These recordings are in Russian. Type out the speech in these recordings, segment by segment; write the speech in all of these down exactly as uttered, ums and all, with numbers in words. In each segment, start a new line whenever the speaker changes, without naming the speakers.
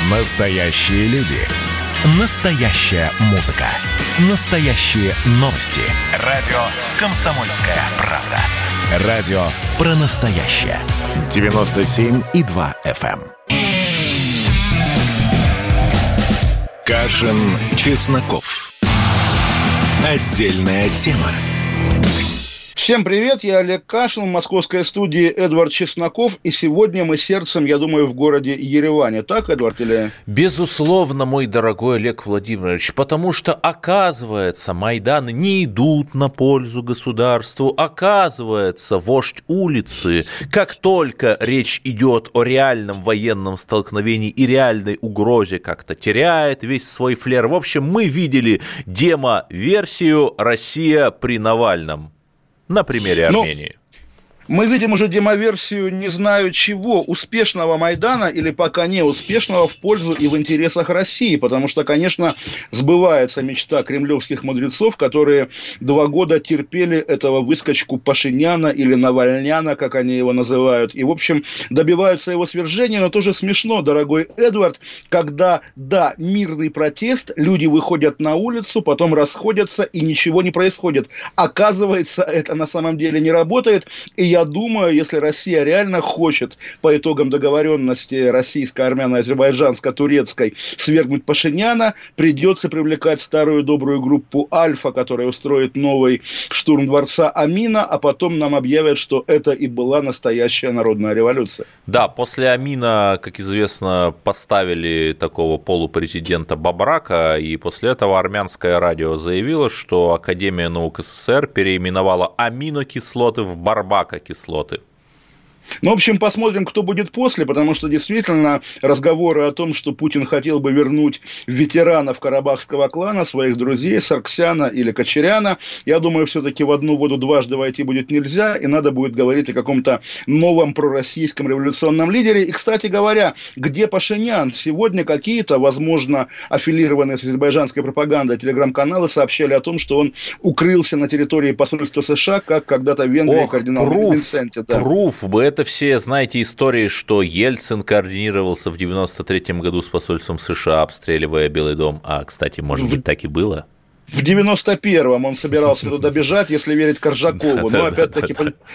Настоящие люди. Настоящая музыка. Настоящие новости. Радио «Комсомольская правда». Радио про настоящее. девяносто семь и два эф эм. Кашин, Чесноков. Отдельная тема.
Всем привет, я Олег Кашин, в московской студии Эдвард Чесноков, и сегодня мы сердцем, я думаю, в городе Ереване. Так, Эдвард, или...
Безусловно, мой дорогой Олег Владимирович, потому что, оказывается, Майданы не идут на пользу государству, оказывается, вождь улицы, как только речь идет о реальном военном столкновении и реальной угрозе, как-то теряет весь свой флер. В общем, мы видели демо-версию «Россия при Навальном». На примере Армении.
Ну, мы видим уже демоверсию не знаю чего, успешного Майдана или пока не успешного в пользу и в интересах России, потому что, конечно, сбывается мечта кремлевских мудрецов, которые два года терпели этого выскочку Пашиняна или Навальняна, как они его называют, и, в общем, добиваются его свержения, но тоже смешно, дорогой Эдвард, когда, да, мирный протест, люди выходят на улицу, потом расходятся и ничего не происходит. Оказывается, это на самом деле не работает, и я Я думаю, если Россия реально хочет по итогам договоренности российско-армяно-азербайджанско-турецкой свергнуть Пашиняна, придется привлекать старую добрую группу «Альфа», которая устроит новый штурм дворца Амина, а потом нам объявят, что это и была настоящая народная революция.
Да, после Амина, как известно, поставили такого полупрезидента Бабрака, и после этого армянское радио заявило, что Академия наук СССР переименовала аминокислоты в барбакокислоты. кислоты.
Ну, в общем, посмотрим, кто будет после, потому что действительно разговоры о том, что Путин хотел бы вернуть ветеранов карабахского клана, своих друзей, Сарксяна или Кочеряна, я думаю, все-таки в одну воду дважды войти будет нельзя, и надо будет говорить о каком-то новом пророссийском революционном лидере. И, кстати говоря, где Пашинян? Сегодня какие-то, возможно, аффилированные с азербайджанской пропагандой телеграм-каналы сообщали о том, что он укрылся на территории посольства США, как когда-то в Венгрии
Ох,
кардинал Винсенте. Да.
Пруф бы это все, знаете, истории, что Ельцин координировался в девяносто третьем году с посольством США, обстреливая Белый дом. А, кстати, может быть, так и было?
В девяносто первом он собирался туда бежать, если верить Коржакову. Но опять-таки,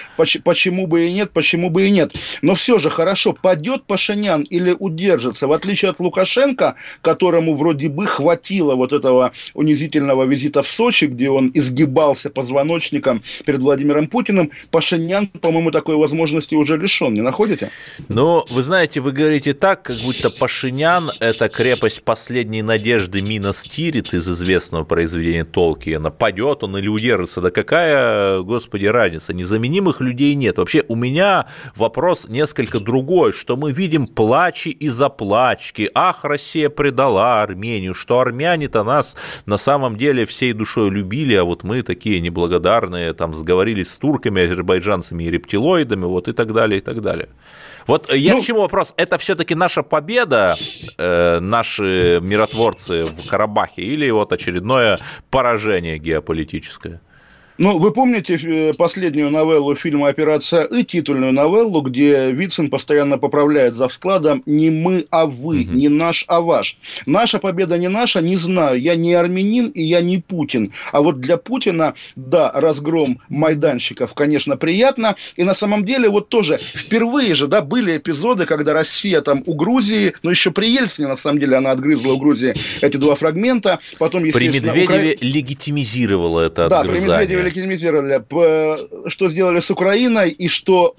почему бы и нет, почему бы и нет. Но все же, хорошо, падет Пашинян или удержится? В отличие от Лукашенко, которому вроде бы хватило вот этого унизительного визита в Сочи, где он изгибался позвоночником перед Владимиром Путиным, Пашинян, по-моему, такой возможности уже лишен. Не находите?
Ну, вы знаете, вы говорите так, как будто Пашинян – это крепость последней надежды Минас Тирит из известного произведения Толкиена. Падет он или удержится, да какая, господи, разница, незаменимых людей нет. Вообще у меня вопрос несколько другой, что мы видим плачи и заплачки, ах, Россия предала Армению, что армяне-то нас на самом деле всей душой любили, а вот мы такие неблагодарные, там сговорились с турками, азербайджанцами и рептилоидами, вот и так далее, и так далее. Вот я ну, к чему вопрос? Это все-таки наша победа, э, наши миротворцы в Карабахе, или вот очередное поражение геополитическое?
Ну, вы помните последнюю новеллу фильма «Операция И», титульную новеллу, где Вицин постоянно поправляет завскладом «не мы, а вы», угу. не наш, а ваш. Наша победа не наша, не знаю. Я не армянин и я не Путин. А вот для Путина, да, разгром майданщиков, конечно, приятно. И на самом деле вот тоже впервые же, да, были эпизоды, когда Россия там у Грузии, но еще при Ельцине, на самом деле, она отгрызла у Грузии эти два фрагмента. Потом,
при Медведеве Укра... легитимизировала это
да,
отгрызание.
При Медведеве легитимизировали, что сделали с Украиной и что,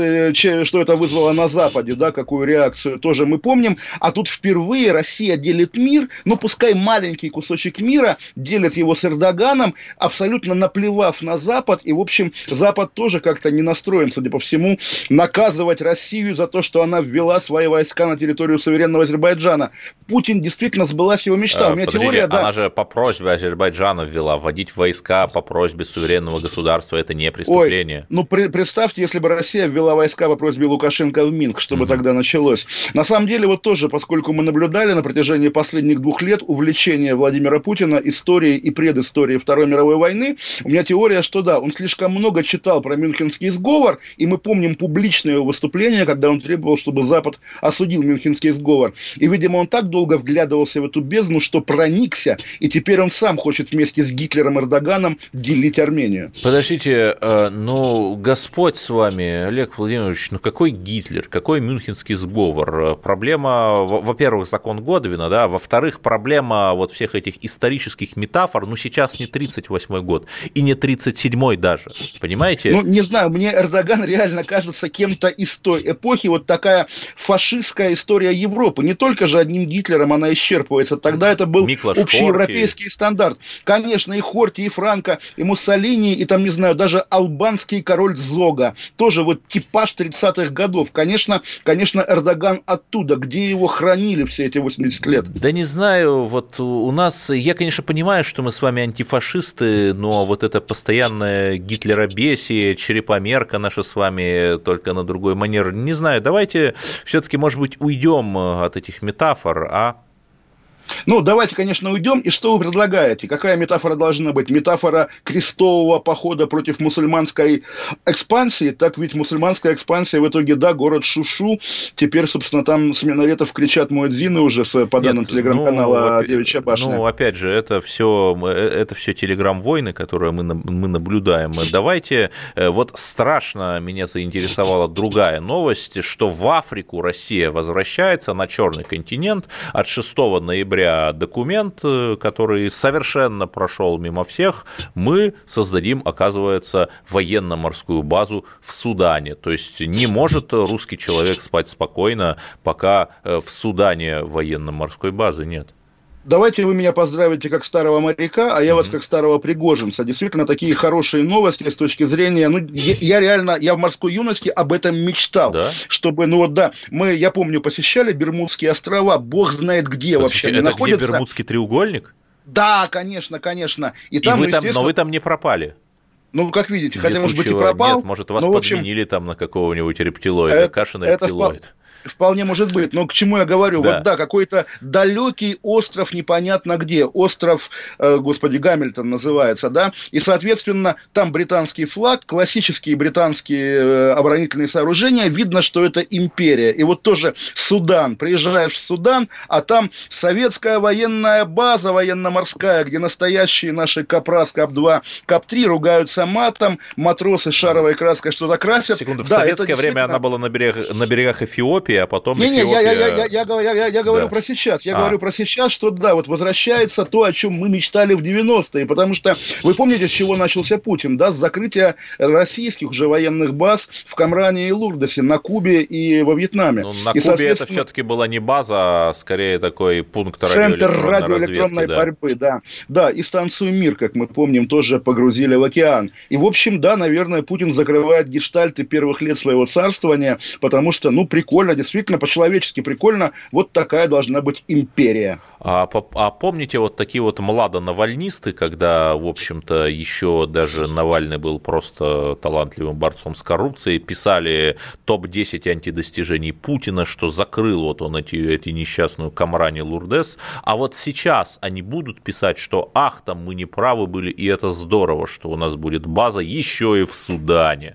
что это вызвало на Западе, да, какую реакцию, тоже мы помним. А тут впервые Россия делит мир, ну пускай маленький кусочек мира, делит его с Эрдоганом, абсолютно наплевав на Запад. И, в общем, Запад тоже как-то не настроен, судя по всему, наказывать Россию за то, что она ввела свои войска на территорию суверенного Азербайджана. Путин действительно сбылась его мечта.
А,
У меня
подождите,
теория,
она
да.
же по просьбе Азербайджана ввела, вводить войска по просьбе суверенного государства, это не преступление.
Ой, ну, при, представьте, если бы Россия ввела войска по просьбе Лукашенко в Минск, что бы
Угу.
тогда началось. На самом деле, вот тоже, поскольку мы наблюдали на протяжении последних двух лет увлечение Владимира Путина историей и предысторией Второй мировой войны, у меня теория, что да, он слишком много читал про Мюнхенский сговор, и мы помним публичное его выступление, когда он требовал, чтобы Запад осудил Мюнхенский сговор. И, видимо, он так долго вглядывался в эту бездну, что проникся, и теперь он сам хочет вместе с Гитлером и Эрдоганом делить Армению.
Подождите, ну, Господь с вами, Олег Владимирович, ну какой Гитлер, какой Мюнхенский сговор? Проблема, во-первых, закон Годвина, да, во-вторых, проблема вот всех этих исторических метафор, ну, сейчас не тридцать восьмой год, и не тридцать седьмой даже, понимаете?
Ну, не знаю, мне Эрдоган реально кажется кем-то из той эпохи, вот такая фашистская история Европы. Не только же одним Гитлером она исчерпывается, тогда это был
Миклаш
общеевропейский
Хорти.
стандарт. Конечно, и Хорти, и Франко, и Муссолини, и там, не знаю, даже албанский король Зога, тоже вот типаж тридцатых годов. Конечно, конечно, Эрдоган оттуда, где его хранили все эти восемьдесят лет.
Да не знаю, вот у нас, я, конечно, понимаю, что мы с вами антифашисты, но вот это постоянное гитлеробесие, черепомерка наша с вами, только на другой манер, не знаю, давайте все-таки, может быть, уйдем от этих метафор, а?
Ну, давайте, конечно, уйдем. И что вы предлагаете? Какая метафора должна быть? Метафора крестового похода против мусульманской экспансии? Так ведь мусульманская экспансия в итоге, да, город Шушу. Теперь, собственно, там с минаретов кричат муэдзины уже, по данным телеграм-канала ну, «Девичья башня».
Ну, опять же, это все это все телеграм-войны, которые мы, мы наблюдаем. Давайте, вот страшно меня заинтересовала другая новость, что в Африку Россия возвращается на Черный континент от шестого ноября. Документ, который совершенно прошел мимо всех, мы создадим, оказывается, военно-морскую базу в Судане. То есть не может русский человек спать спокойно, пока в Судане военно-морской базы нет.
Давайте вы меня поздравите как старого моряка, а я mm-hmm. вас как старого пригожинца. Действительно, такие хорошие новости с точки зрения... Ну, я, я реально, я в морской юности об этом мечтал. Да? Чтобы, ну вот да, мы, я помню, посещали Бермудские острова, бог знает где Подождите, вообще они
это
находятся.
Где Бермудский треугольник?
Да, конечно, конечно. И,
И
там,
вы там, но вы там не пропали?
Ну, как видите, хотя, может быть, и пропал.
Нет, может, вас
но,
подменили
общем,
там на какого-нибудь рептилоида,
это,
Кашина
это
рептилоид.
Впол... Вполне может быть, но к чему я говорю? Да. Вот да, какой-то далекий остров непонятно где, остров, э, господи, Гамильтон называется, да, и, соответственно, там британский флаг, классические британские э, оборонительные сооружения, видно, что это империя. И вот тоже Судан, приезжаешь в Судан, а там советская военная база военно-морская, где настоящие наши КАП-раз, КАП-два, КАП-три ругаются матом, матросы шаровой краской что-то красят.
Секунду, в
да,
советское
действительно...
время она была на, берег, на берегах Эфиопии, а потом
не,
Эфиопия...
Не, я, я, я, я, я, я, я говорю
да.
про сейчас. Я
а.
говорю про сейчас, что да, вот возвращается то, о чем мы мечтали в девяностые. Потому что вы помните, с чего начался Путин, да? С закрытия российских уже военных баз в Камране и Лурдосе, на Кубе и во Вьетнаме.
Ну, на
и,
Кубе это все-таки была не база, а скорее такой пункт радиоэлектронной
Центр радиоэлектронной
да.
борьбы, да. Да, и станцию «Мир», как мы помним, тоже погрузили в океан. И, в общем, да, наверное, Путин закрывает гештальты первых лет своего царствования, потому что, ну, прикольно, действительно, по-человечески прикольно, вот такая должна быть империя.
А, а помните вот такие вот младонавальнисты, когда, в общем-то, еще даже Навальный был просто талантливым борцом с коррупцией, писали топ десять антидостижений Путина, что закрыл вот он эти, эти несчастную Камрани Лурдес, а вот сейчас они будут писать, что ах, там мы не правы были, и это здорово, что у нас будет база еще и в Судане.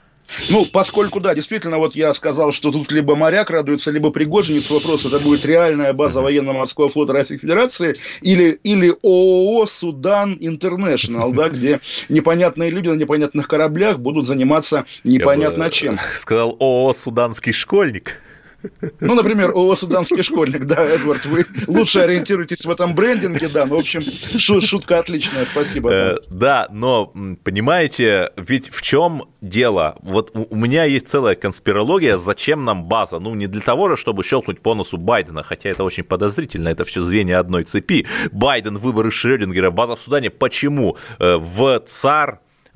Ну, поскольку, да, действительно, вот я сказал, что тут либо моряк радуется, либо Пригожинец, вопрос, это будет реальная база военно-морского флота Российской Федерации или, или ООО «Судан Интернешнл», да, где непонятные люди на непонятных кораблях будут заниматься непонятно
я
чем.
Сказал ООО «Суданский школьник».
Ну, например, ООО «Суданский школьник», да, Эдвард, вы лучше ориентируетесь в этом брендинге, да, ну, в общем, шутка отличная, спасибо.
Да. да, но, понимаете, ведь в чем дело? Вот у меня есть целая конспирология, зачем нам база? Ну, не для того же, чтобы щелкнуть по носу Байдена, хотя это очень подозрительно, это все звенья одной цепи. Байден, выборы Шрёдингера, база в Судане. Почему? В ЦАР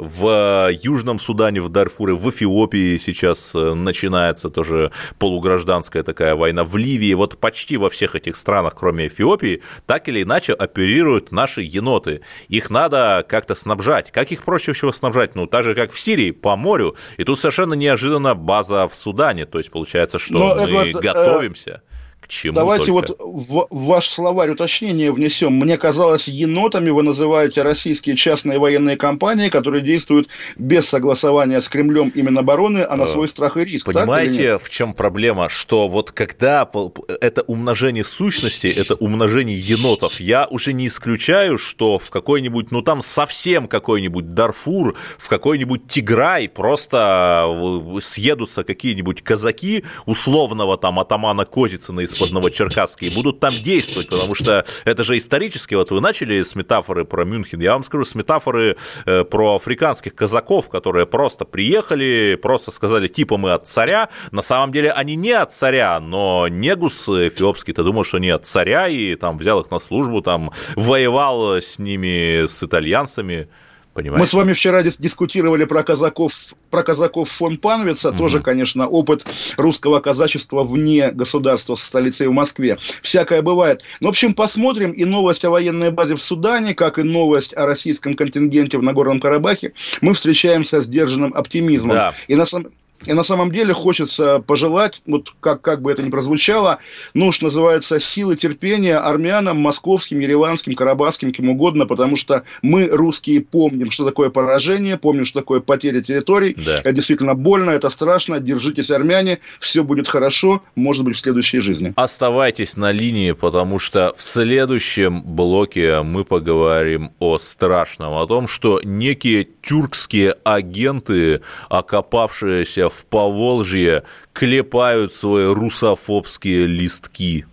в Южном Судане, в Дарфуре, в Эфиопии сейчас начинается тоже полугражданская такая война, в Ливии, вот почти во всех этих странах, кроме Эфиопии, так или иначе оперируют наши еноты. Их надо как-то снабжать. Как их проще всего снабжать? Ну, так же, как в Сирии, по морю. И тут совершенно неожиданно база в Судане. То есть, получается, что Но, мы Эдвард, готовимся... К чему
Давайте
только?
вот в, в ваш словарь уточнение внесем. Мне казалось, енотами вы называете российские частные военные компании, которые действуют без согласования с Кремлем и Минобороны, а на свой страх и риск.
Понимаете, в чем проблема? Что вот когда это умножение сущности, это умножение енотов, я уже не исключаю, что в какой-нибудь, ну там совсем какой-нибудь Дарфур, в какой-нибудь Тиграй просто съедутся какие-нибудь казаки условного там атамана Козицына из под Новочеркасска и будут там действовать, потому что это же исторически, вот вы начали с метафоры про Мюнхен, я вам скажу, с метафоры э, про африканских казаков, которые просто приехали, просто сказали, типа мы от царя, на самом деле они не от царя, но Негус эфиопский-то думал, что они от царя, и там взял их на службу, там воевал с ними, с итальянцами. Понимаете?
Мы с вами вчера дис- дискутировали про казаков, про казаков фон Панвица, угу. Тоже, конечно, опыт русского казачества вне государства со столицей в Москве. Всякое бывает. Но, в общем, посмотрим и новость о военной базе в Судане, как и новость о российском контингенте в Нагорном Карабахе. Мы встречаемся с сдержанным оптимизмом. Да. И на самом И на самом деле хочется пожелать, вот как, как бы это ни прозвучало, ну, что называется, силы терпения армянам, московским, ереванским, карабахским, кем угодно, потому что мы, русские, помним, что такое поражение, помним, что такое потеря территорий. Да. Это действительно больно, это страшно. Держитесь, армяне, все будет хорошо, может быть, в следующей жизни.
Оставайтесь на линии, потому что в следующем блоке мы поговорим о страшном, о том, что некие тюркские агенты, окопавшиеся в Поволжье, клепают свои русофобские листки.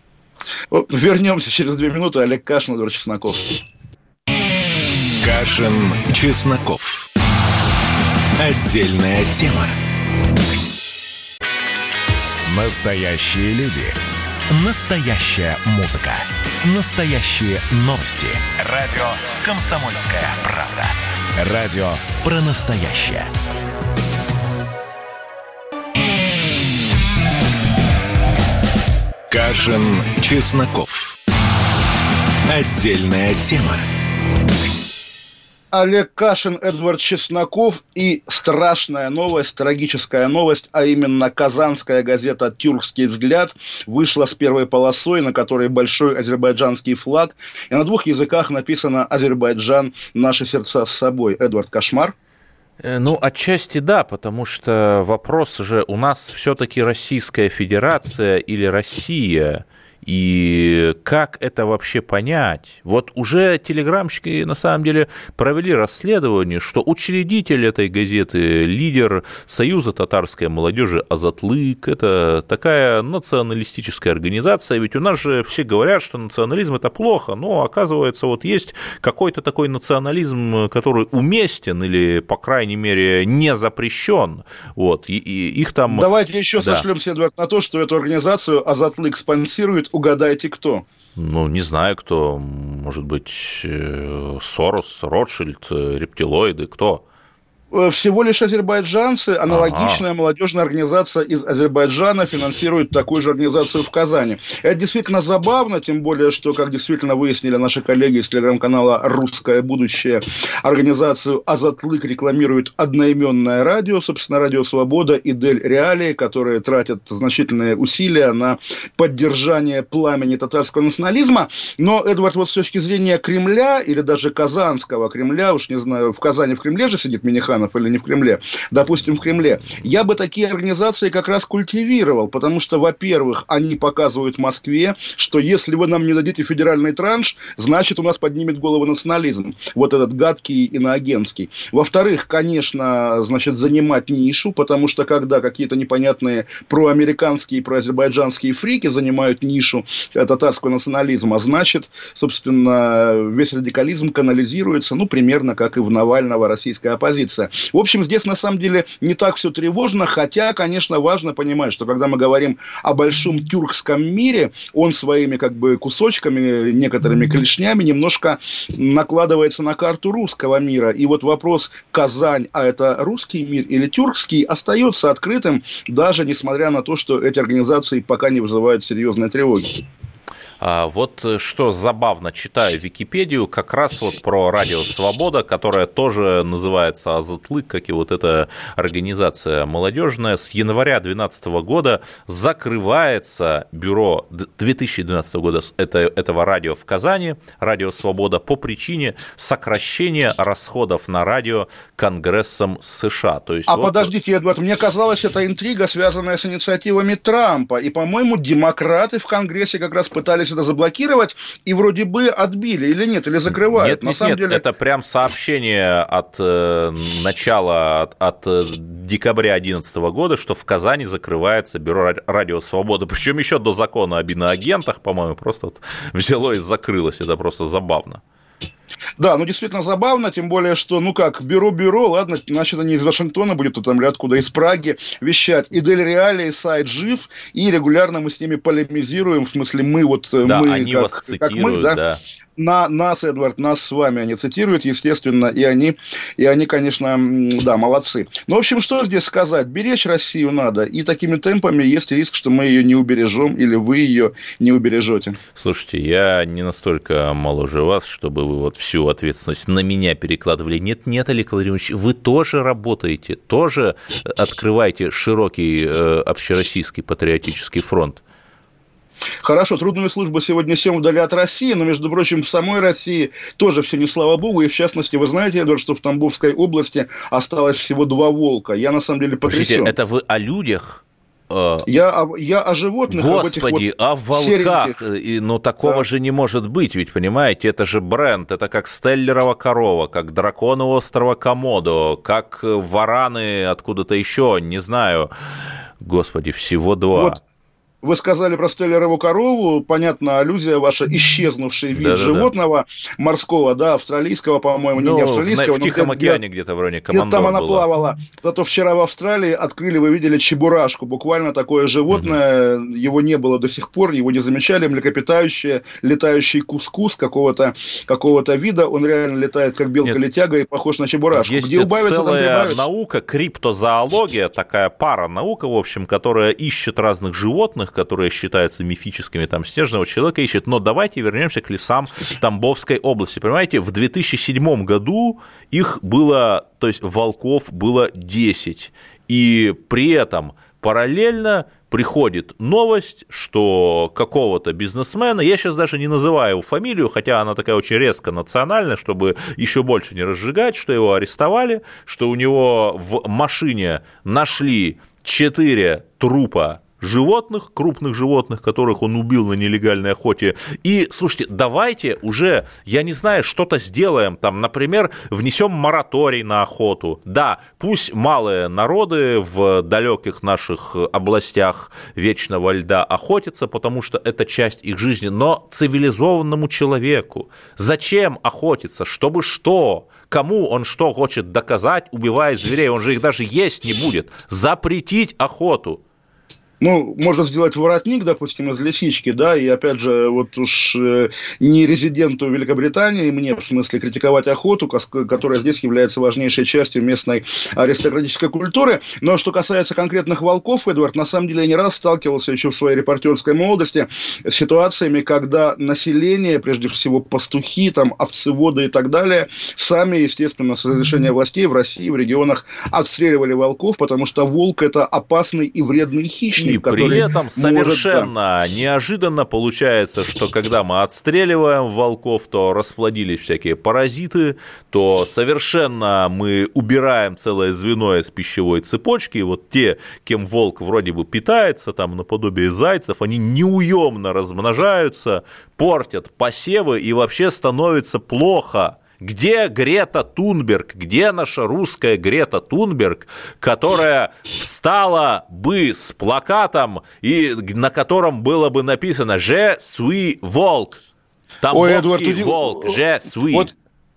Вернемся через две минуты. Олег Кашин, Эдвард Чесноков.
Кашин, Чесноков. Отдельная тема. Настоящие люди. Настоящая музыка. Настоящие новости. Радио «Комсомольская правда». Радио про настоящее. Кашин, Чесноков. Отдельная тема.
Олег Кашин, Эдвард Чесноков и страшная новость, трагическая новость, а именно казанская газета «Тюркский взгляд» вышла с первой полосой, на которой большой азербайджанский флаг, и на двух языках написано «Азербайджан. Наши сердца с собой». Эдвард, кошмар?
Ну, отчасти да, потому что вопрос же у нас все-таки Российская Федерация или Россия, и как это вообще понять? Вот уже телеграмщики на самом деле провели расследование, что учредитель этой газеты, лидер Союза татарской молодежи Азатлык, это такая националистическая организация, ведь у нас же все говорят, что национализм это плохо, но оказывается вот есть какой-то такой национализм, который уместен или, по крайней мере, не запрещен, вот, и, и их там...
Давайте еще
да.
сошлемся, Эдвард, на то, что эту организацию Азатлык спонсирует. Угадайте, кто?
Ну, не знаю, кто. Может быть, Сорос, Ротшильд, рептилоиды, кто?
Всего лишь азербайджанцы, аналогичная ага. молодежная организация из Азербайджана финансирует такую же организацию в Казани. Это действительно забавно, тем более, что, как действительно выяснили наши коллеги из телеграм-канала «Русское будущее», организацию Азатлык рекламирует одноименное радио, собственно, Радио Свобода и Дель Реалии, которые тратят значительные усилия на поддержание пламени татарского национализма. Но, Эдвард, вот с точки зрения Кремля, или даже казанского Кремля, уж не знаю, в Казани в Кремле же сидит Миниханов, или не в Кремле, допустим, в Кремле, я бы такие организации как раз культивировал, потому что, во-первых, они показывают Москве, что если вы нам не дадите федеральный транш, значит, у нас поднимет голову национализм, вот этот гадкий иноагентский. Во-вторых, конечно, значит, занимать нишу, потому что, когда какие-то непонятные проамериканские и проазербайджанские фрики занимают нишу татарского национализма, значит, собственно, весь радикализм канализируется, ну, примерно как и в Навального российская оппозиция. организация. В общем, здесь на самом деле не так все тревожно, хотя, конечно, важно понимать, что когда мы говорим о большом тюркском мире, он своими как бы кусочками, некоторыми клешнями немножко накладывается на карту русского мира. И вот вопрос Казань, а это русский мир или тюркский, остается открытым, даже несмотря на то, что эти организации пока не вызывают серьезной тревоги.
А вот что забавно, читаю Википедию, как раз вот про Радио Свобода, которая тоже называется Азатлык, как и вот эта организация молодежная. С января две тысячи двенадцатого года закрывается бюро две тысячи двенадцатого года это, этого радио в Казани, Радио Свобода, по причине сокращения расходов на радио Конгрессом США. То есть
а
вот...
подождите, Эдвард, мне казалось, это интрига, связанная с инициативами Трампа. И, по-моему, демократы в Конгрессе как раз пытались это заблокировать и вроде бы отбили, или нет, или закрывают.
Нет,
На
нет,
самом
нет,
деле...
это прям сообщение от э, начала, от, от декабря две тысячи одиннадцатого года, что в Казани закрывается бюро Радио Свобода, причем еще до закона об иноагентах, по-моему, просто вот взяло и закрылось, это просто забавно.
Да, ну действительно забавно, тем более, что, ну как, бюро-бюро, ладно, значит, они из Вашингтона будут, там, или откуда, из Праги вещать. И Дель Реале, и сайт жив, и регулярно мы с ними полемизируем, в смысле, мы вот,
да,
мы,
они
как,
вас цитируют,
как мы, да,
да.
На, нас, Эдвард, нас с вами они цитируют, естественно, и они, и они, конечно, да, молодцы. Ну, в общем, что здесь сказать? Беречь Россию надо, и такими темпами есть риск, что мы ее не убережем, или вы ее не убережете.
Слушайте, я не настолько моложе вас, чтобы вы вот всю ответственность на меня перекладывали. Нет, нет, Олег Владимирович, вы тоже работаете, тоже открываете широкий э, общероссийский патриотический фронт.
Хорошо, трудную службу сегодня несем вдали от России, но, между прочим, в самой России тоже все не слава богу, и в частности, вы знаете, Эдвард, что в Тамбовской области осталось всего два волка. Я на самом деле потрясен.
Подождите, это вы о людях?
Я, я о животных.
Господи,
вот
о волках, и, ну такого да. же не может быть, ведь, понимаете, это же бренд, это как Стеллерова корова, как драконы острова Комодо, как вараны откуда-то еще, не знаю, господи, всего два.
Вот. Вы сказали про Стеллерову корову, понятно, аллюзия ваша, исчезнувший вид да, животного да. морского, да, австралийского, по-моему,
ну,
не австралийского.
В, в Тихом океане где-то вроде командор
там она
была.
плавала. Зато вчера в Австралии открыли, вы видели, чебурашку, буквально такое животное, угу. его не было до сих пор, его не замечали, млекопитающее, летающий кускус какого-то, какого-то вида, он реально летает как белка-летяга и похож на чебурашку.
Есть
где убавится,
целая наука, криптозоология, такая пара наука, в общем, которая ищет разных животных, которые считаются мифическими, там, снежного человека ищет. Но давайте вернемся к лесам Тамбовской области. Понимаете, в две тысячи седьмом году их было, то есть волков было десять. И при этом параллельно приходит новость, что какого-то бизнесмена, я сейчас даже не называю его фамилию, хотя она такая очень резко национальная, чтобы еще больше не разжигать, что его арестовали, что у него в машине нашли четыре трупа животных, крупных животных, которых он убил на нелегальной охоте. И, слушайте, давайте уже, я не знаю, что-то сделаем, там, например, внесем мораторий на охоту. Да, пусть малые народы в далеких наших областях вечного льда охотятся, потому что это часть их жизни, но цивилизованному человеку зачем охотиться? Чтобы что? Кому он что хочет доказать, убивая зверей? Он же их даже есть не будет. Запретить охоту.
Ну, можно сделать воротник, допустим, из лисички, да, и, опять же, вот уж э, не резиденту Великобритании, мне, в смысле, критиковать охоту, которая здесь является важнейшей частью местной аристократической культуры. Но что касается конкретных волков, Эдвард, на самом деле я не раз сталкивался еще в своей репортерской молодости с ситуациями, когда население, прежде всего пастухи, там, овцеводы и так далее, сами, естественно, с разрешения властей в России, в регионах отстреливали волков, потому что волк – это опасный и вредный хищник.
И при этом совершенно может, да. неожиданно получается, что когда мы отстреливаем волков, то расплодились всякие паразиты, то совершенно мы убираем целое звено из пищевой цепочки, и вот те, кем волк вроде бы питается, там наподобие зайцев, они неуемно размножаются, портят посевы и вообще становится плохо. Где Грета Тунберг, где наша русская Грета Тунберг, которая встала бы с плакатом, и на котором было бы написано «Je suis волк», тамбовский волк, «Je suis».
Вот...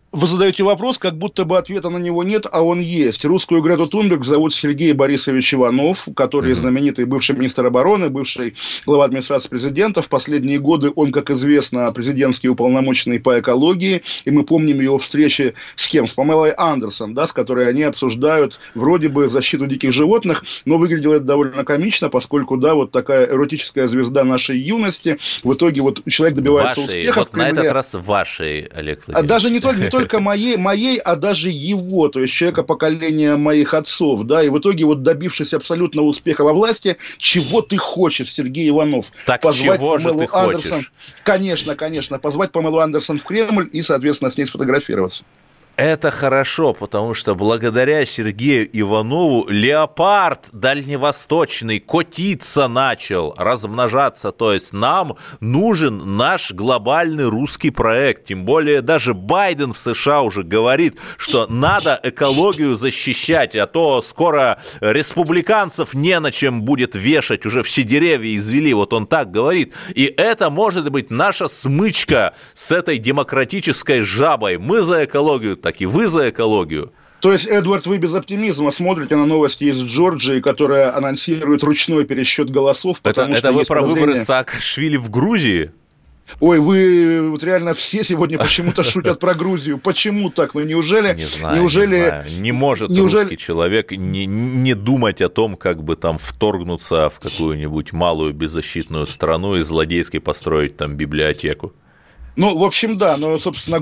Вы задаете вопрос, как будто бы ответа на него нет, а он есть. Русскую Грету Тунберг зовут Сергей Борисович Иванов, который mm-hmm. знаменитый бывший министр обороны, бывший глава администрации президента. В последние годы он, как известно, президентский уполномоченный по экологии. И мы помним его встречи с кем? С Памелой Андерсон, да, с которой они обсуждают вроде бы защиту диких животных. Но выглядело это довольно комично, поскольку, да, вот такая эротическая звезда нашей юности. В итоге вот человек добивается
вашей,
успеха
вот
в Кремле.
На этот раз вашей, Олег Владимирович.
А даже не только, не только моей, моей, а даже его, то есть человека поколения моих отцов, да, и в итоге вот добившись абсолютного успеха во власти, чего ты хочешь, Сергей Иванов?
Так
позвать
чего же ты
Андерсон,
хочешь?
Конечно, конечно, позвать Памелу Андерсон в Кремль и, соответственно, с ней сфотографироваться.
Это хорошо, потому что благодаря Сергею Иванову леопард дальневосточный котиться начал, размножаться. То есть нам нужен наш глобальный русский проект. Тем более даже Байден в США уже говорит, что надо экологию защищать, а то скоро республиканцев не на чем будет вешать, уже все деревья извели. Вот он так говорит. И это может быть наша смычка с этой демократической жабой. Мы за экологию, так и вы за экологию.
То есть, Эдвард, вы без оптимизма смотрите на новости из Джорджии, которая анонсирует ручной пересчет голосов.
Это, это вы про выборы Саакашвили в Грузии?
Ой, вы вот реально все сегодня почему-то шутят про Грузию. Почему так? Ну неужели...
Не знаю,
неужели,
не знаю. Не может
неужели...
русский человек не, не думать о том, как бы там вторгнуться в какую-нибудь малую беззащитную страну и злодейски построить там библиотеку.
Ну, в общем, да, но, собственно,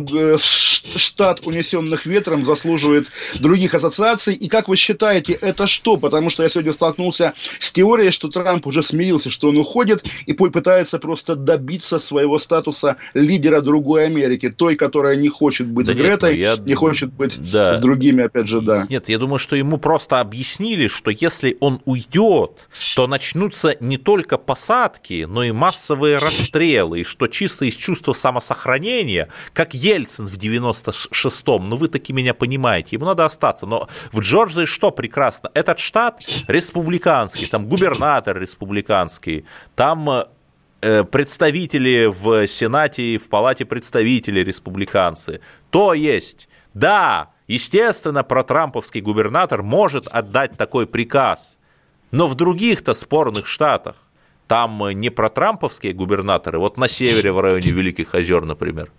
штат унесенных ветром заслуживает других ассоциаций. И как вы считаете, это что? Потому что я сегодня столкнулся с теорией, что Трамп уже смирился, что он уходит и пытается просто добиться своего статуса лидера другой Америки, той, которая не хочет быть да с нет, Гретой, я... не хочет быть да. с другими, опять же, да.
Нет, я думаю, что ему просто объяснили, что если он уйдет, то начнутся не только посадки, но и массовые расстрелы, и что чисто из чувства самосохранения, сохранения, как Ельцин в девяносто шестом, ну вы таки меня понимаете, ему надо остаться, но в Джорджии что прекрасно, этот штат республиканский, там губернатор республиканский, там э, представители в Сенате и в Палате представителей республиканцы, то есть, да, естественно, протрамповский губернатор может отдать такой приказ, но в других-то спорных штатах там не протрамповские губернаторы, вот на севере, в районе Великих озер, например.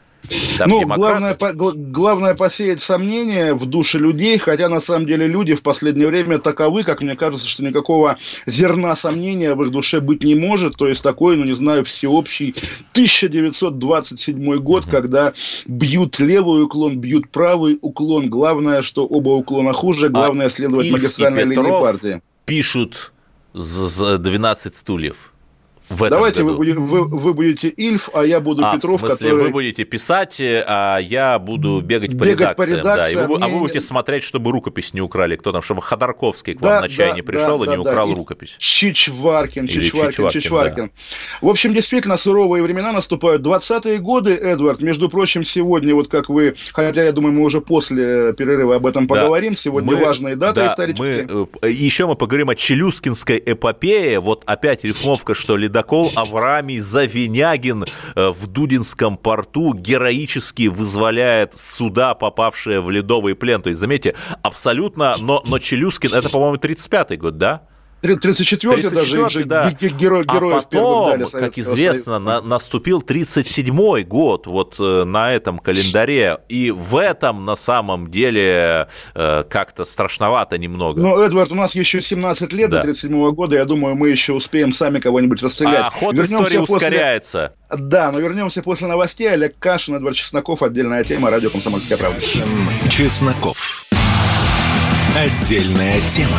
Там
ну, главное, по, главное посеять сомнения в душе людей, хотя на самом деле люди в последнее время таковы, как мне кажется, что никакого зерна сомнения в их душе быть не может. То есть такой, ну не знаю, всеобщий тысяча девятьсот двадцать седьмой год, uh-huh. когда бьют левый уклон, бьют правый уклон. Главное, что оба уклона хуже, главное а следовать магистральной линии партии.
Пишут за двенадцать стульев. В этом
Давайте
году.
Вы, вы, вы будете Ильф, а я буду
а,
Петров,
в смысле,
который...
вы будете писать, а я буду бегать по
бегать
редакциям.
По редакциям.
Да, и вы,
не,
а вы будете
не...
смотреть, чтобы рукопись не украли. Кто там, чтобы Ходорковский к
да,
вам на чай
да,
не пришел
да,
и не
да,
украл
да.
рукопись.
Чичваркин,
Или
Чичваркин,
Чичваркин,
Чичваркин.
Да.
В общем, действительно, суровые времена наступают. двадцатые годы, Эдвард, между прочим, сегодня, вот как вы, хотя, я думаю, мы уже после перерыва об этом поговорим, да. сегодня мы, важные даты да, исторические.
Мы, еще мы поговорим о Челюскинской эпопее. Вот опять рифмовка, что ледокол Авраамий Завинягин в Дудинском порту героически вызволяет суда, попавшие в ледовый плен. То есть, заметьте, абсолютно, но, но Челюскин, это, по-моему, тридцать пятый год, да?
тридцать четвёртый даже,
да.
геро, героев
а потом,
дали
как известно, на, наступил тридцать седьмой год вот на этом календаре, и в этом на самом деле как-то страшновато немного.
Ну, Эдвард, у нас еще семнадцать лет да. до тридцать седьмого года, я думаю, мы еще успеем сами кого-нибудь расстрелять.
А ход истории после... ускоряется.
Да, но вернемся после новостей. Олег Кашин, Эдвард Чесноков, отдельная тема, радио «Комсомольская правда».
Чесноков. Отдельная тема.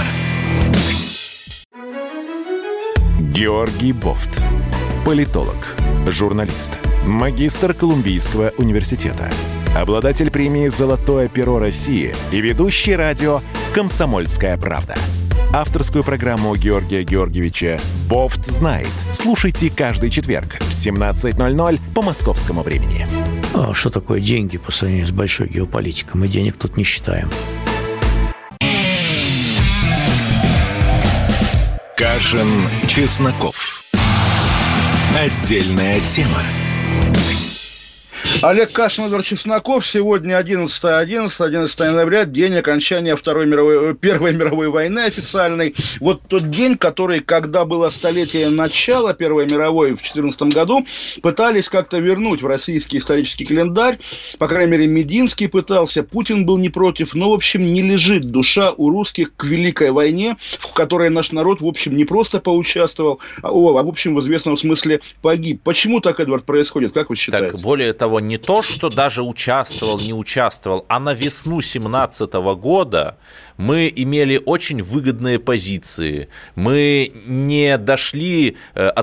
Георгий Бофт. Политолог, журналист, магистр Колумбийского университета, обладатель премии «Золотое перо России» и ведущий радио «Комсомольская правда». Авторскую программу Георгия Георгиевича «Бофт знает». Слушайте каждый четверг в семнадцать ноль ноль по московскому времени.
А что такое деньги по сравнению с большой геополитикой? Мы денег тут не считаем.
Кашин, Чесноков. Отдельная тема.
Олег Кашин, Эдвард Чесноков. Сегодня одиннадцатое одиннадцатое, одиннадцатое ноября, день окончания Второй мировой, Первой мировой войны официальной. Вот тот день, который, когда было столетие начала Первой мировой в четырнадцатом году, пытались как-то вернуть в российский исторический календарь. По крайней мере, Мединский пытался, Путин был не против. Но, в общем, не лежит душа у русских к Великой войне, в которой наш народ, в общем, не просто поучаствовал, а, в общем, в известном смысле погиб. Почему так, Эдвард, происходит? Как вы считаете?
Так, более того, не то, что даже участвовал, не участвовал, а на весну семнадцатого года мы имели очень выгодные позиции. Мы не дошли,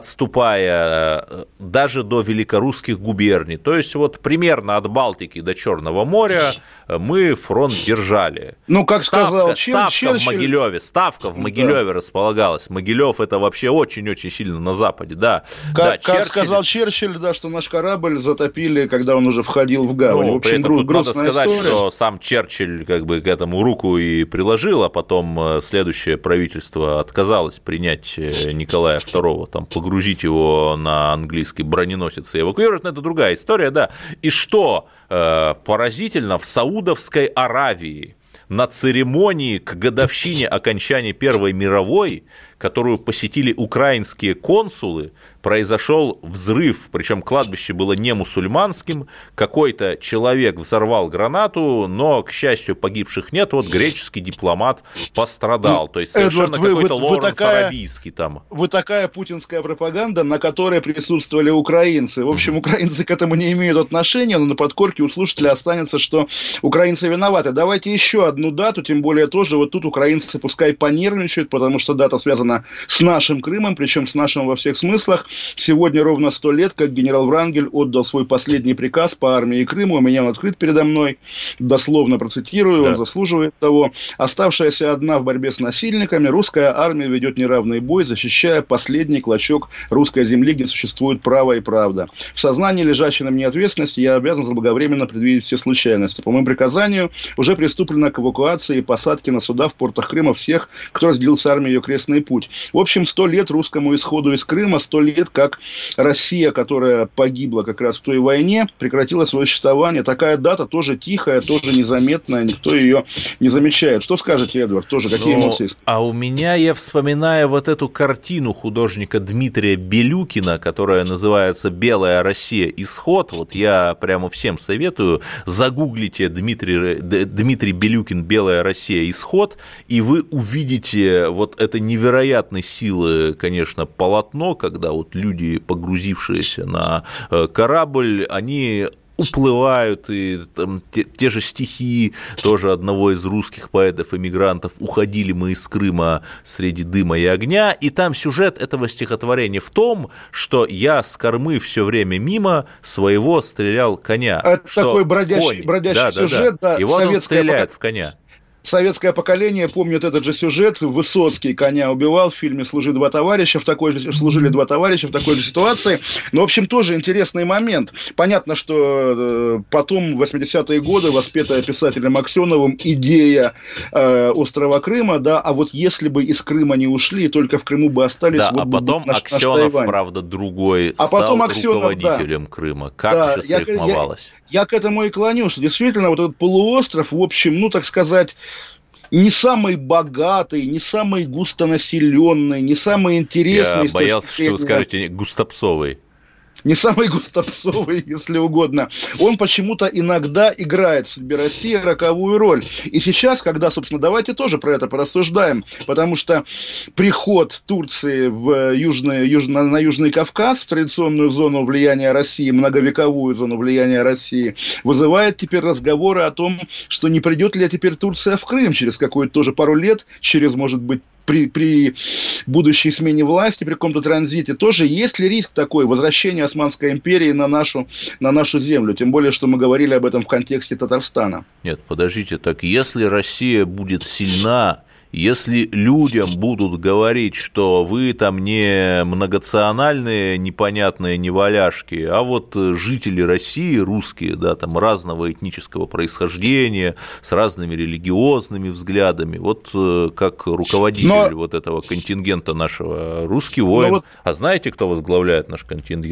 отступая, даже до великорусских губерний. То есть, вот примерно от Балтики до Черного моря мы фронт держали.
Ну, как
ставка,
сказал
ставка
Черчилль...
в Могилеве, ставка в Могилеве да. располагалась. Могилев это вообще очень-очень сильно на западе, да.
Как,
да,
как
Черчилль...
сказал Черчилль, да, что наш корабль затопили, когда он уже входил в гавань.
Ну,
в общем,
при этом
гру-
тут надо сказать,
история.
что сам Черчилль как бы к этому руку и приложил, а потом следующее правительство отказалось принять Николая второго, там, погрузить его на английский броненосец и эвакуировать, но это другая история, да. И что э, поразительно, в Саудовской Аравии на церемонии к годовщине окончания Первой мировой, которую посетили украинские консулы, произошел взрыв, причем кладбище было не мусульманским, какой-то человек взорвал гранату, но, к счастью, погибших нет, вот греческий дипломат пострадал, то есть совершенно Эдвард, какой-то вы, вы, Лоренс вы такая, Аравийский там.
Вы такая путинская пропаганда, на которой присутствовали украинцы. В общем, украинцы к этому не имеют отношения, но на подкорке у слушателя останется, что украинцы виноваты. Давайте еще одну дату, тем более тоже вот тут украинцы пускай понервничают, потому что дата связана с нашим Крымом, причем с нашим во всех смыслах. Сегодня ровно сто лет, как генерал Врангель отдал свой последний приказ по армии Крыма. У меня он открыт передо мной. Дословно процитирую, да. Он заслуживает того. Оставшаяся одна в борьбе с насильниками, русская армия ведет неравный бой, защищая последний клочок русской земли, где существует право и правда. В сознании лежащей на мне ответственности я обязан заблаговременно предвидеть все случайности. По моему приказанию уже приступлено к эвакуации и посадке на суда в портах Крыма всех, кто разделил с армией ее крестный путь. В общем, сто лет русскому исходу из Крыма, сто лет, как Россия, которая погибла как раз в той войне, прекратила свое существование. Такая дата тоже тихая, тоже незаметная, никто ее не замечает. Что скажете, Эдвард? Тоже какие
Но,
эмоции?
А у меня, я вспоминаю вот эту картину художника Дмитрия Белюкина, которая называется «Белая Россия. Исход». Вот я прямо всем советую, загуглите Дмитрий, Дмитрий Белюкин «Белая Россия. Исход», и вы увидите вот это невероятной силы, конечно, полотно, когда вот люди, погрузившиеся на корабль, они уплывают, и там, те, те же стихи тоже одного из русских поэтов-эмигрантов «Уходили мы из Крыма среди дыма и огня», и там сюжет этого стихотворения в том, что я с кормы все время мимо своего стрелял коня.
Это
что
такой бродячий,
конь,
бродячий
да,
сюжет,
да, да.
да,
и вот он стреляет
пока...
в коня.
Советское поколение помнит этот же сюжет. Высоцкий коня убивал в фильме «Служили два товарища» в такой же, «Служили два товарища» в такой же ситуации. Но, в общем, тоже интересный момент. Понятно, что потом, в восьмидесятые годы, воспетая писателем Аксеновым идея э, острова Крыма, да, а вот если бы из Крыма не ушли, только в Крыму бы остались...
Да,
вот
а потом наш, Аксенов, наш правда, другой а стал потом Аксенов, руководителем да. Крыма. Как да, все срифмовалось.
Я, я, я к этому и клоню, что действительно вот этот полуостров, в общем, ну, так сказать... не самый богатый, не самый густонаселенный, не самый интересный.
Я боялся, что вы скажете густопсовый.
Не самый густопсовый, если угодно. Он почему-то иногда играет в судьбе России роковую роль. И сейчас, когда, собственно, давайте тоже про это порассуждаем, потому что приход Турции в южный, южно, на Южный Кавказ, в традиционную зону влияния России, многовековую зону влияния России, вызывает теперь разговоры о том, что не придет ли теперь Турция в Крым через какую-то тоже пару лет, через, может быть, При, при будущей смене власти, при каком-то транзите, тоже есть ли риск такой возвращения Османской империи на нашу, на нашу землю? Тем более, что мы говорили об этом в контексте Татарстана.
Нет, подождите, так если Россия будет сильна, если людям будут говорить, что вы там не многонациональные, непонятные неваляшки, а вот жители России, русские, да, там разного этнического происхождения, с разными религиозными взглядами, вот как руководитель Но... вот этого контингента нашего русский воин. Вот... А знаете, кто возглавляет наш контингент?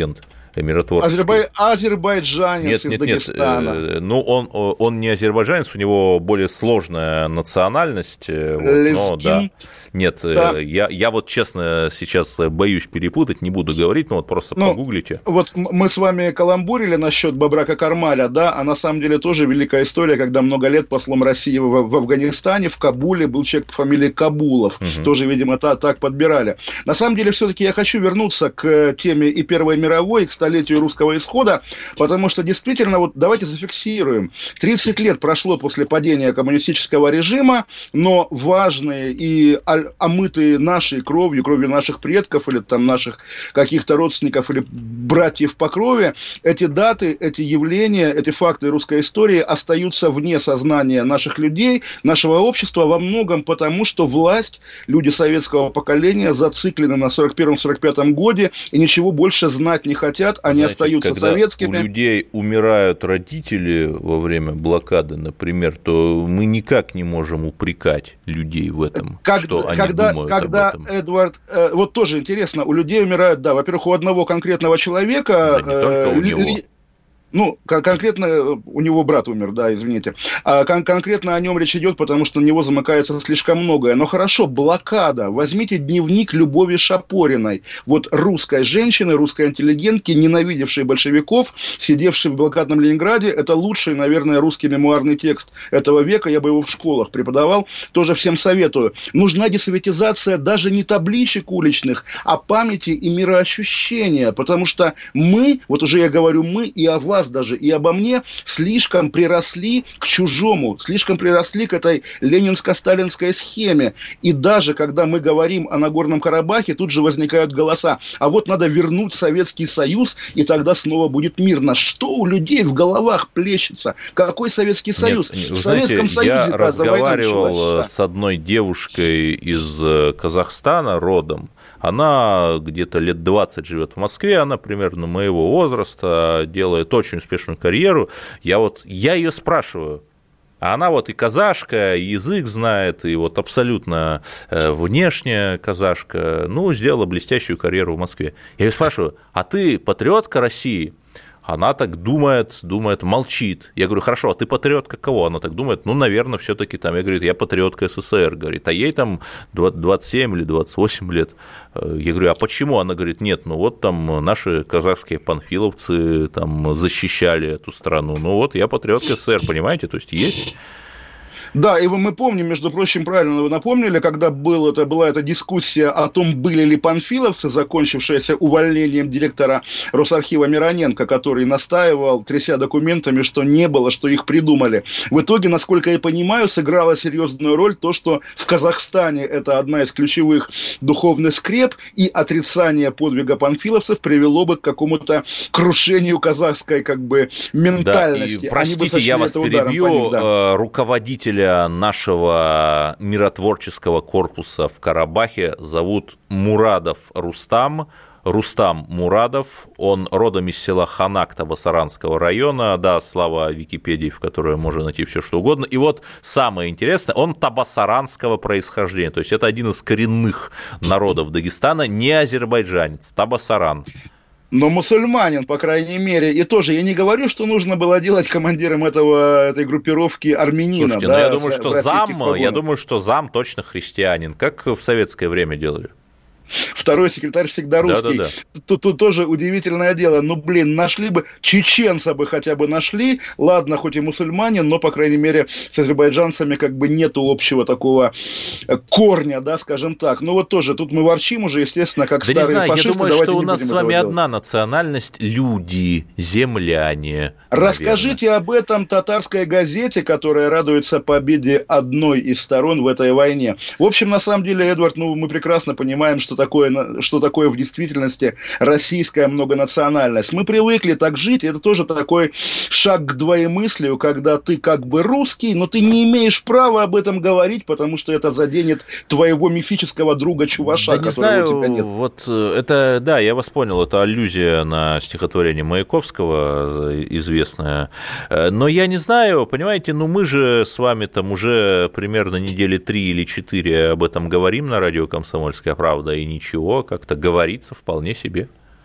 миротворческий.
Азербай... Азербайджанец
нет,
из
нет,
Дагестана.
Нет, ну он, он не азербайджанец, у него более сложная национальность. Вот, но, да. Нет, да. Я, я вот честно сейчас боюсь перепутать, не буду говорить, но вот просто ну, погуглите.
Вот мы с вами каламбурили насчет Бабрака Кармаля, да, а на самом деле тоже великая история, когда много лет послом России в, в Афганистане, в Кабуле был человек по фамилии Кабулов, угу. тоже, видимо, та, так подбирали. На самом деле, все-таки я хочу вернуться к теме и Первой мировой, и к столетию русского исхода, потому что действительно, вот давайте зафиксируем, тридцать лет прошло после падения коммунистического режима, но важные и омытые нашей кровью, кровью наших предков или там наших каких-то родственников или братьев по крови, эти даты, эти явления, эти факты русской истории остаются вне сознания наших людей, нашего общества во многом потому, что власть, люди советского поколения зациклены на сорок первом сорок пятом годе и ничего больше знать не хотят, они Знаете, остаются
когда
советскими.
У людей умирают родители во время блокады, например, то мы никак не можем упрекать людей в этом, как, что они
когда,
думают
когда,
об этом.
Эдвард, э, вот тоже интересно, у людей умирают, да, во-первых, у одного конкретного человека...
Да, не только у него.
Ну, кон- конкретно у него брат умер, да, извините. А кон- конкретно о нем речь идет, потому что на него замыкается слишком многое. Но хорошо, блокада. Возьмите дневник Любови Шапориной. Вот русской женщины, русской интеллигентки, ненавидевшей большевиков, сидевшей в блокадном Ленинграде. Это лучший, наверное, русский мемуарный текст этого века. Я бы его в школах преподавал. Тоже всем советую. Нужна десоветизация даже не табличек уличных, а памяти и мироощущения. Потому что мы, вот уже я говорю мы и о вас, даже и обо мне, слишком приросли к чужому, слишком приросли к этой ленинско-сталинской схеме. И даже когда мы говорим о Нагорном Карабахе, тут же возникают голоса. А вот надо вернуть Советский Союз, и тогда снова будет мирно. Что у людей в головах плещется? Какой Советский Союз?
Нет,
в
знаете,
Советском Союзе
я разговаривал с одной девушкой из Казахстана родом. Она где-то лет двадцать живет в Москве, она примерно моего возраста, делает очень успешную карьеру. Я вот, я ее спрашиваю, а она вот и казашка, и язык знает, и вот абсолютно внешняя казашка, ну, сделала блестящую карьеру в Москве. Я ее спрашиваю, а ты патриотка России? Она так думает, думает, молчит. Я говорю, хорошо, а ты патриотка кого? Она так думает, ну, наверное, все-таки там, я говорю, я патриотка СССР, говорит, а ей там двадцать семь или двадцать восемь лет. Я говорю, а почему? Она говорит, нет, ну, вот там наши казахские панфиловцы там защищали эту страну, ну, вот я патриотка СССР, понимаете, то есть есть...
Да, и мы помним, между прочим, правильно вы напомнили, когда был это, была эта дискуссия о том, были ли панфиловцы, закончившаяся увольнением директора Росархива Мироненко, который настаивал, тряся документами, что не было, что их придумали. В итоге, насколько я понимаю, сыграло серьезную роль то, что в Казахстане это одна из ключевых духовных скреп, и отрицание подвига панфиловцев привело бы к какому-то крушению казахской как бы ментальности.
Да, и, простите, я вас перебью, ним, да. Руководитель нашего миротворческого корпуса в Карабахе зовут Мурадов Рустам. Рустам Мурадов, он родом из села Ханак Табасаранского района, да, слава Википедии, в которой можно найти все что угодно. И вот самое интересное, он табасаранского происхождения, то есть это один из коренных народов Дагестана, не азербайджанец, табасаран.
Но мусульманин, по крайней мере, и тоже я не говорю, что нужно было делать командиром этого, этой группировки армянина.
Слушайте,
да,
но я думаю, что зам,
погонах.
я думаю, что зам точно христианин, как в советское время делали.
Второй секретарь всегда русский.
Да, да, да.
Тут, тут тоже удивительное дело. Ну, блин, нашли бы, чеченца бы хотя бы нашли. Ладно, хоть и мусульманин, но, по крайней мере, с азербайджанцами как бы нету общего такого корня, да, скажем так. Ну, вот тоже, тут мы ворчим уже, естественно, как
да
старые
не знаю,
фашисты.
Я думаю, что у нас с вами
делать.
одна национальность – люди, земляне.
Расскажите наверное. об этом татарской газете, которая радуется победе одной из сторон в этой войне. В общем, на самом деле, Эдвард, ну, мы прекрасно понимаем, что такое, что такое в действительности российская многонациональность. Мы привыкли так жить, и это тоже такой шаг к двоемыслию, когда ты как бы русский, но ты не имеешь права об этом говорить, потому что это заденет твоего мифического друга Чуваша,
да
которого
знаю,
у тебя нет.
Вот это, да, я вас понял, это аллюзия на стихотворение Маяковского, известное, но я не знаю, понимаете, ну мы же с вами там уже примерно недели три или четыре об этом говорим на радио «Комсомольская правда», и ничего, как-то говорится вполне себе.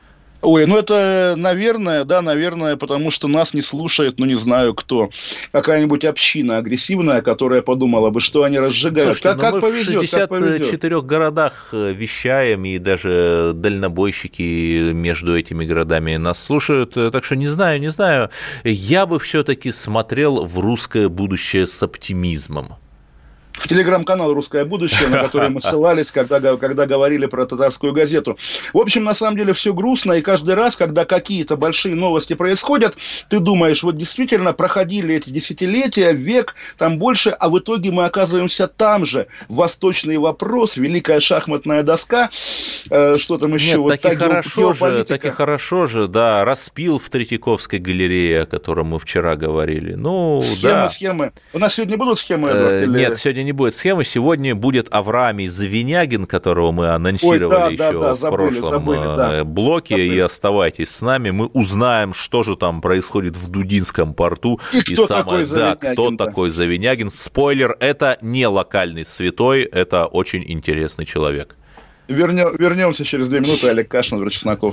Ой, ну это, наверное, да, наверное, потому что нас не слушает, ну не знаю кто, какая-нибудь община агрессивная, которая подумала бы, что они разжигают.
Слушайте,
как,
ну
как
мы
повезет,
в шестидесяти
как
четырёх городах вещаем, и даже дальнобойщики между этими городами нас слушают, так что не знаю, не знаю. Я бы все-таки смотрел в русское будущее с оптимизмом.
В телеграм-канал «Русское будущее», на который мы ссылались, когда, когда говорили про татарскую газету. В общем, на самом деле все грустно, и каждый раз, когда какие-то большие новости происходят, ты думаешь, вот действительно проходили эти десятилетия, век, там больше, а в итоге мы оказываемся там же. Восточный вопрос, великая шахматная доска, э, что там еще?
Нет,
вот
так и хорошо же, так и хорошо же, да, распил в Третьяковской галерее, о котором мы вчера говорили. Ну,
схемы,
да.
схемы. У нас сегодня будут схемы, Эдвард?
Э,
или...
Нет, сегодня не будет схемы, сегодня будет Авраамий Завинягин, которого мы анонсировали Ой, да, еще да, да, в забыли, прошлом забыли, да. блоке, забыли. И оставайтесь с нами, мы узнаем, что же там происходит в Дудинском порту.
И, и кто самое, такой
да, кто такой Завинягин. Спойлер, это не локальный святой, это очень интересный человек.
Вернем, вернемся через две минуты. Олег Кашин, Эдвард Чесноков.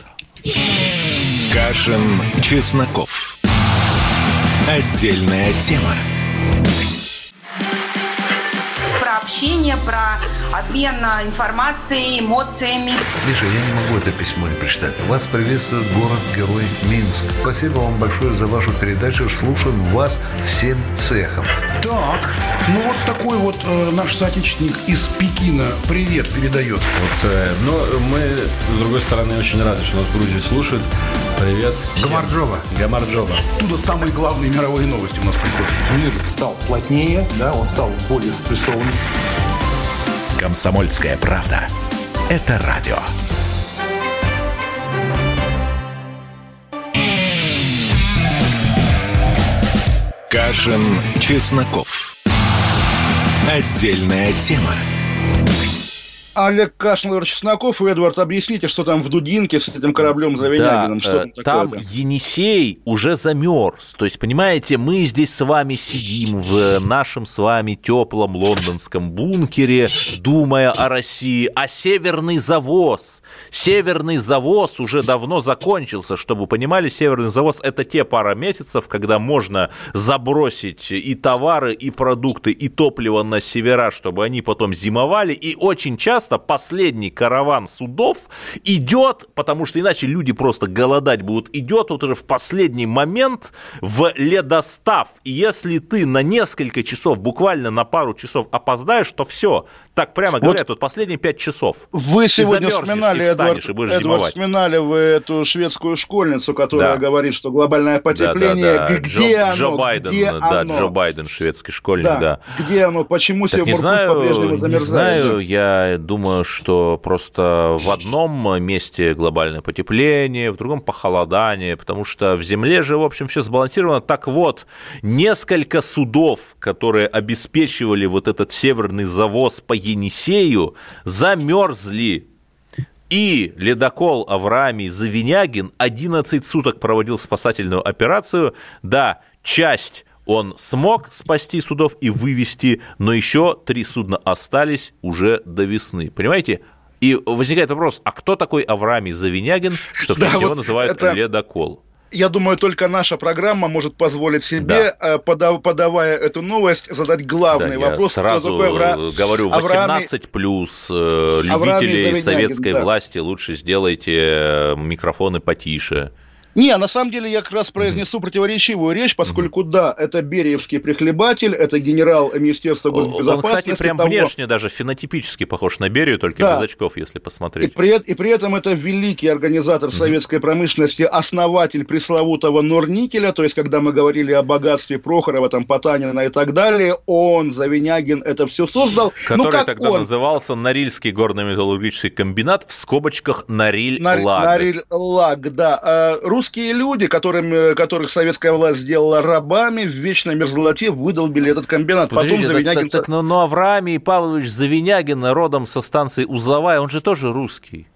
Кашин, Чесноков. Отдельная тема.
Общение, про обмен информацией, эмоциями.
Миша, я не могу это письмо не прочитать. Вас приветствует город-герой Минск. Спасибо вам большое за вашу передачу. Слушаем вас всем цехом.
Так, ну вот такой вот э, наш соотечественник из Пекина привет передает.
Вот, э, но мы, с другой стороны, очень рады, что нас в Грузии слушают. Привет.
Гамарджоба.
Гамарджоба.
Оттуда самые главные мировые новости у нас приходят.
Мир стал плотнее, да, он стал более спрессованным.
«Комсомольская правда». Это радио. Кашин, Чесноков. Отдельная тема.
Олег Кашин, Эдвард Чесноков. И, Эдвард, объясните, что там в Дудинке с этим кораблем Завинягиным?
Да,
что
там, там Енисей уже замерз. То есть, понимаете, мы здесь с вами сидим в нашем с вами теплом лондонском бункере, думая о России, а северный завоз, северный завоз уже давно закончился. Чтобы вы понимали, северный завоз – это те пара месяцев, когда можно забросить и товары, и продукты, и топливо на севера, чтобы они потом зимовали, и очень часто последний караван судов идет, потому что иначе люди просто голодать будут, идет вот уже в последний момент в ледостав. И если ты на несколько часов, буквально на пару часов опоздаешь, то все. Так прямо говорят, вот, вот последние пять часов.
Вы сегодня вспоминали, Эдвард, Эдвард, вспоминали вы эту шведскую школьницу, которая да. говорит, что глобальное потепление,
да, да, да.
где
Джо,
оно?
Джо Байден,
где
да,
оно?
Джо Байден, шведский школьник, да. да.
Где оно? Почему
Севморкут
по-прежнему замерзает?
Не знаю, я думаю, что просто в одном месте глобальное потепление, в другом похолодание, потому что в Земле же, в общем, все сбалансировано. Так вот, несколько судов, которые обеспечивали вот этот северный завоз по Енисею, замерзли. И ледокол Авраамий Завинягин одиннадцать суток проводил спасательную операцию. Да, часть он смог спасти судов и вывести, но еще три судна остались уже до весны. Понимаете? И возникает вопрос, а кто такой Авраамий Завинягин, что в честь да, него вот называют это... ледокол?
Я думаю, только наша программа может позволить себе, да. подав, подавая эту новость, задать главный
да,
вопрос.
Я сразу Авра... говорю, восемнадцать плюс, любителей советской да. власти, лучше сделайте микрофоны потише.
Не, на самом деле я как раз произнесу mm-hmm. противоречивую речь, поскольку, mm-hmm. да, это бериевский прихлебатель, это генерал Министерства госбезопасности.
Он, кстати, прям того... внешне даже фенотипически похож на Берию, только да. без очков, если посмотреть.
И при, и при этом это великий организатор mm-hmm. советской промышленности, основатель пресловутого Норникеля, то есть, когда мы говорили о богатстве Прохорова, там, Потанина и так далее, он, Завинягин, это все создал.
Который
ну,
тогда
он?
назывался Норильский горно-металлургический комбинат, в скобочках Нориль-Лаг.
Нориль-Лаг, да. Русские люди, которым, которых советская власть сделала рабами, в вечной мерзлоте выдолбили этот комбинат.
Подождите,
Потом Завинягин...
Так, так, но, но Авраамий Павлович Завинягин родом со станции Узловая, он же тоже русский.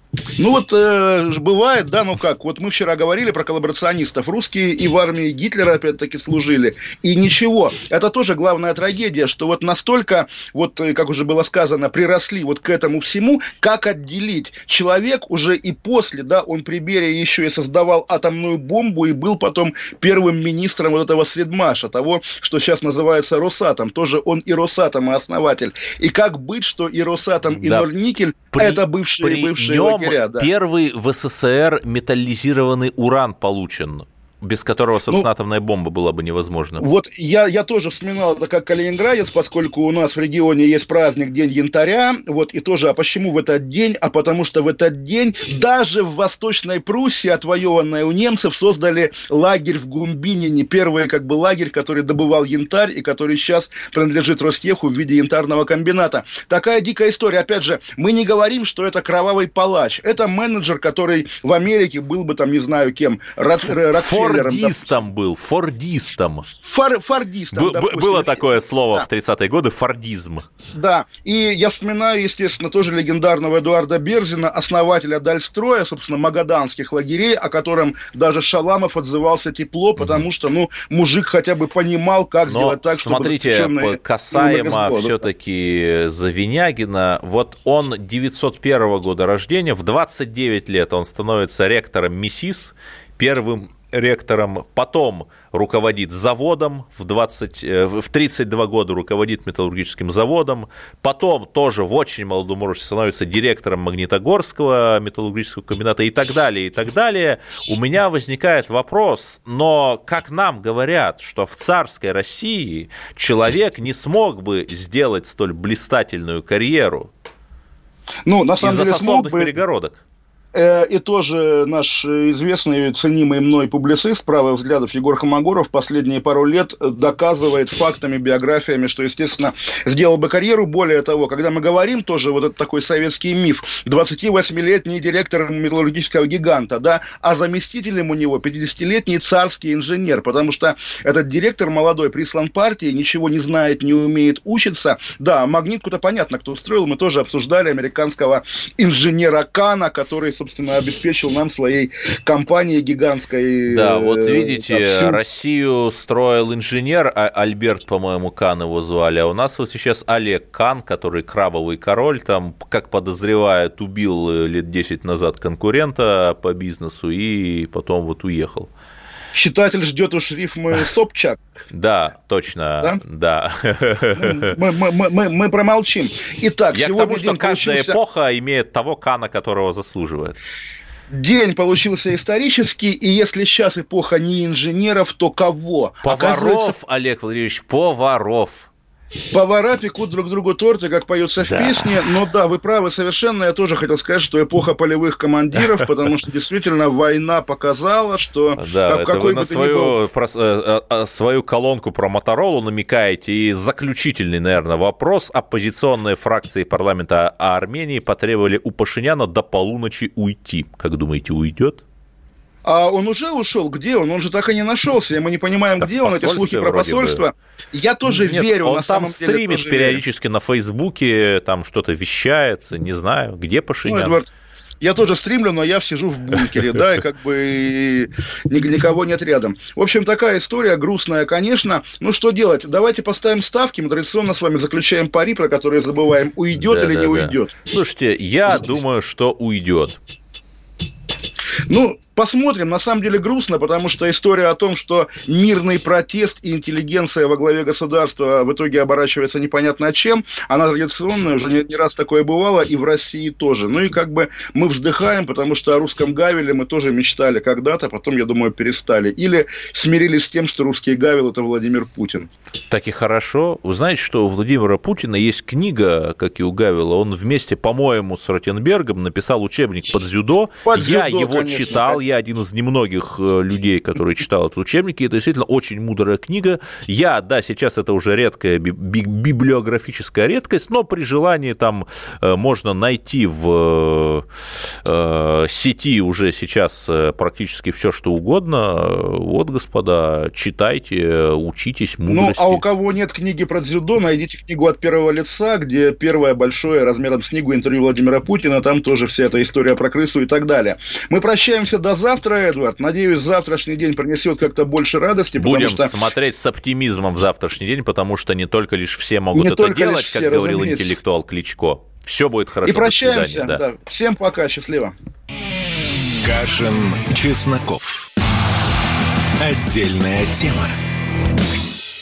Ну вот э, бывает, да, ну как, вот мы вчера говорили про коллаборационистов. Русские и в армии Гитлера опять-таки служили. И ничего, это тоже главная трагедия, что вот настолько, вот как уже было сказано, приросли вот к этому всему, как отделить. Человек уже и после, да, он при Берии еще и создавал атомную бомбу и был потом первым министром вот этого Сведмаша, того, что сейчас называется Росатом. Тоже он и Росатом, и основатель. И как быть, что и Росатом, и да. Норникель при, это бывшие,
при
бывшие лагеря. Да.
Первый в СССР металлизированный уран получен, без которого, собственно, ну, атомная бомба была бы невозможна.
Вот я, я тоже вспоминал это как калининградец, поскольку у нас в регионе есть праздник День янтаря, вот, и тоже, а почему в этот день? А потому что в этот день даже в Восточной Пруссии, отвоеванной у немцев, создали лагерь в Гумбинине, первый, как бы, лагерь, который добывал янтарь, и который сейчас принадлежит Ростеху в виде янтарного комбината. Такая дикая история. Опять же, мы не говорим, что это кровавый палач. Это менеджер, который в Америке был бы, там, не знаю кем, Рокфеллером.
Фордистом был, фордистом.
Фор, фордистом,
Б- Было такое слово да. в тридцатые годы, фордизм.
Да, и я вспоминаю, естественно, тоже легендарного Эдуарда Берзина, основателя Дальстроя, собственно, магаданских лагерей, о котором даже Шаламов отзывался тепло, потому угу. что, ну, мужик хотя бы понимал, как Но сделать так,
смотрите, чтобы... Смотрите, касаемо все-таки Завинягина, вот он девятьсот первого года рождения, в двадцать девять лет он становится ректором МИСИС, первым ректором, потом руководит заводом, в, двадцать, в тридцать два года руководит металлургическим заводом, потом тоже в очень молодом возрасте становится директором Магнитогорского металлургического комбината и так далее, и так далее. У меня возникает вопрос, но как нам говорят, что в царской России человек не смог бы сделать столь блистательную карьеру
ну, на самом
из-за
деле,
сословных
бы...
перегородок?
И тоже наш известный, ценимый мной публицист правых взглядов Егор Холмогоров последние пару лет доказывает фактами, биографиями, что, естественно, сделал бы карьеру. Более того, когда мы говорим, тоже вот этот такой советский миф, двадцативосьмилетний директор металлургического гиганта, да, а заместителем у него пятидесятилетний царский инженер, потому что этот директор молодой прислан партии, ничего не знает, не умеет учиться. Да, магнитку-то понятно, кто устроил, мы тоже обсуждали американского инженера Кана, который, собственно, обеспечил нам своей компанией гигантской.
Да, вот видите,
всю...
Россию строил инженер, а Альберт, по-моему, Кан его звали, а у нас вот сейчас Олег Кан, который крабовый король, там, как подозревают, убил лет десять назад конкурента по бизнесу и потом вот уехал.
Читатель ждет уж рифмы Собчак.
Да, точно, да.
да. Мы, мы, мы, мы промолчим. Итак,
Я
сегодня
к тому, что
день
каждая
получился...
эпоха имеет того Кана, которого заслуживает.
День получился исторический, и если сейчас эпоха не инженеров, то кого?
Поваров, Оказывается... Олег Владимирович, поваров.
Повара пекут друг другу торты, как поется в да. песне, но да, вы правы совершенно, я тоже хотел сказать, что эпоха полевых командиров, потому что действительно война показала, что...
Да, это вы на свою, про, свою колонку про Моторолу намекаете, и заключительный, наверное, вопрос. Оппозиционные фракции парламента Армении потребовали у Пашиняна до полуночи уйти. Как думаете, уйдет?
А он уже ушел? Где он? Он же так и не нашелся. И мы не понимаем, да где он. Эти слухи про посольство. Бы. Я тоже
Нет,
верю.
Он
на
там
самом
стримит
деле,
периодически верю. На Фейсбуке, там что-то вещается, не знаю, где Пашинян. Ну, Эдвард,
я тоже стримлю, но я сижу в бункере, да, и как бы никого нет рядом. В общем, такая история грустная, конечно. Ну, что делать? Давайте поставим ставки. Мы традиционно с вами заключаем пари, про которые забываем, уйдет или не уйдет.
Слушайте, я думаю, что уйдет.
Ну, посмотрим. На самом деле грустно, потому что история о том, что мирный протест и интеллигенция во главе государства в итоге оборачивается непонятно чем, она традиционная, уже не, не раз такое бывало, и в России тоже. Ну и как бы мы вздыхаем, потому что о русском Гавеле мы тоже мечтали когда-то, потом, я думаю, перестали. Или смирились с тем, что русский Гавел – это Владимир Путин.
Так и хорошо. Вы знаете, что у Владимира Путина есть книга, как и у Гавела, он вместе, по-моему, с Ротенбергом написал учебник под дзюдо.
Под
я
дзюдо,
его
конечно,
читал,
конечно.
я один из немногих людей, которые читал этот учебник, и это действительно очень мудрая книга. Я, да, сейчас это уже редкая библиографическая редкость, но при желании там можно найти в сети уже сейчас практически все, что угодно. Вот, господа, читайте, учитесь мудрости.
Ну, а у кого нет книги про дзюдо, найдите книгу «От первого лица», где первое большое размером с книгу интервью Владимира Путина, там тоже вся эта история про крысу и так далее. Мы прощаемся до завтра, Эдвард. Надеюсь, завтрашний день принесет как-то больше радости.
Будем
что...
смотреть с оптимизмом в завтрашний день, потому что не только лишь все могут не это делать, все, как говорил разумеется. Интеллектуал Кличко. Все будет хорошо.
И прощаемся.
Да.
Да. Всем пока, счастливо.
Кашин, Чесноков. Отдельная тема.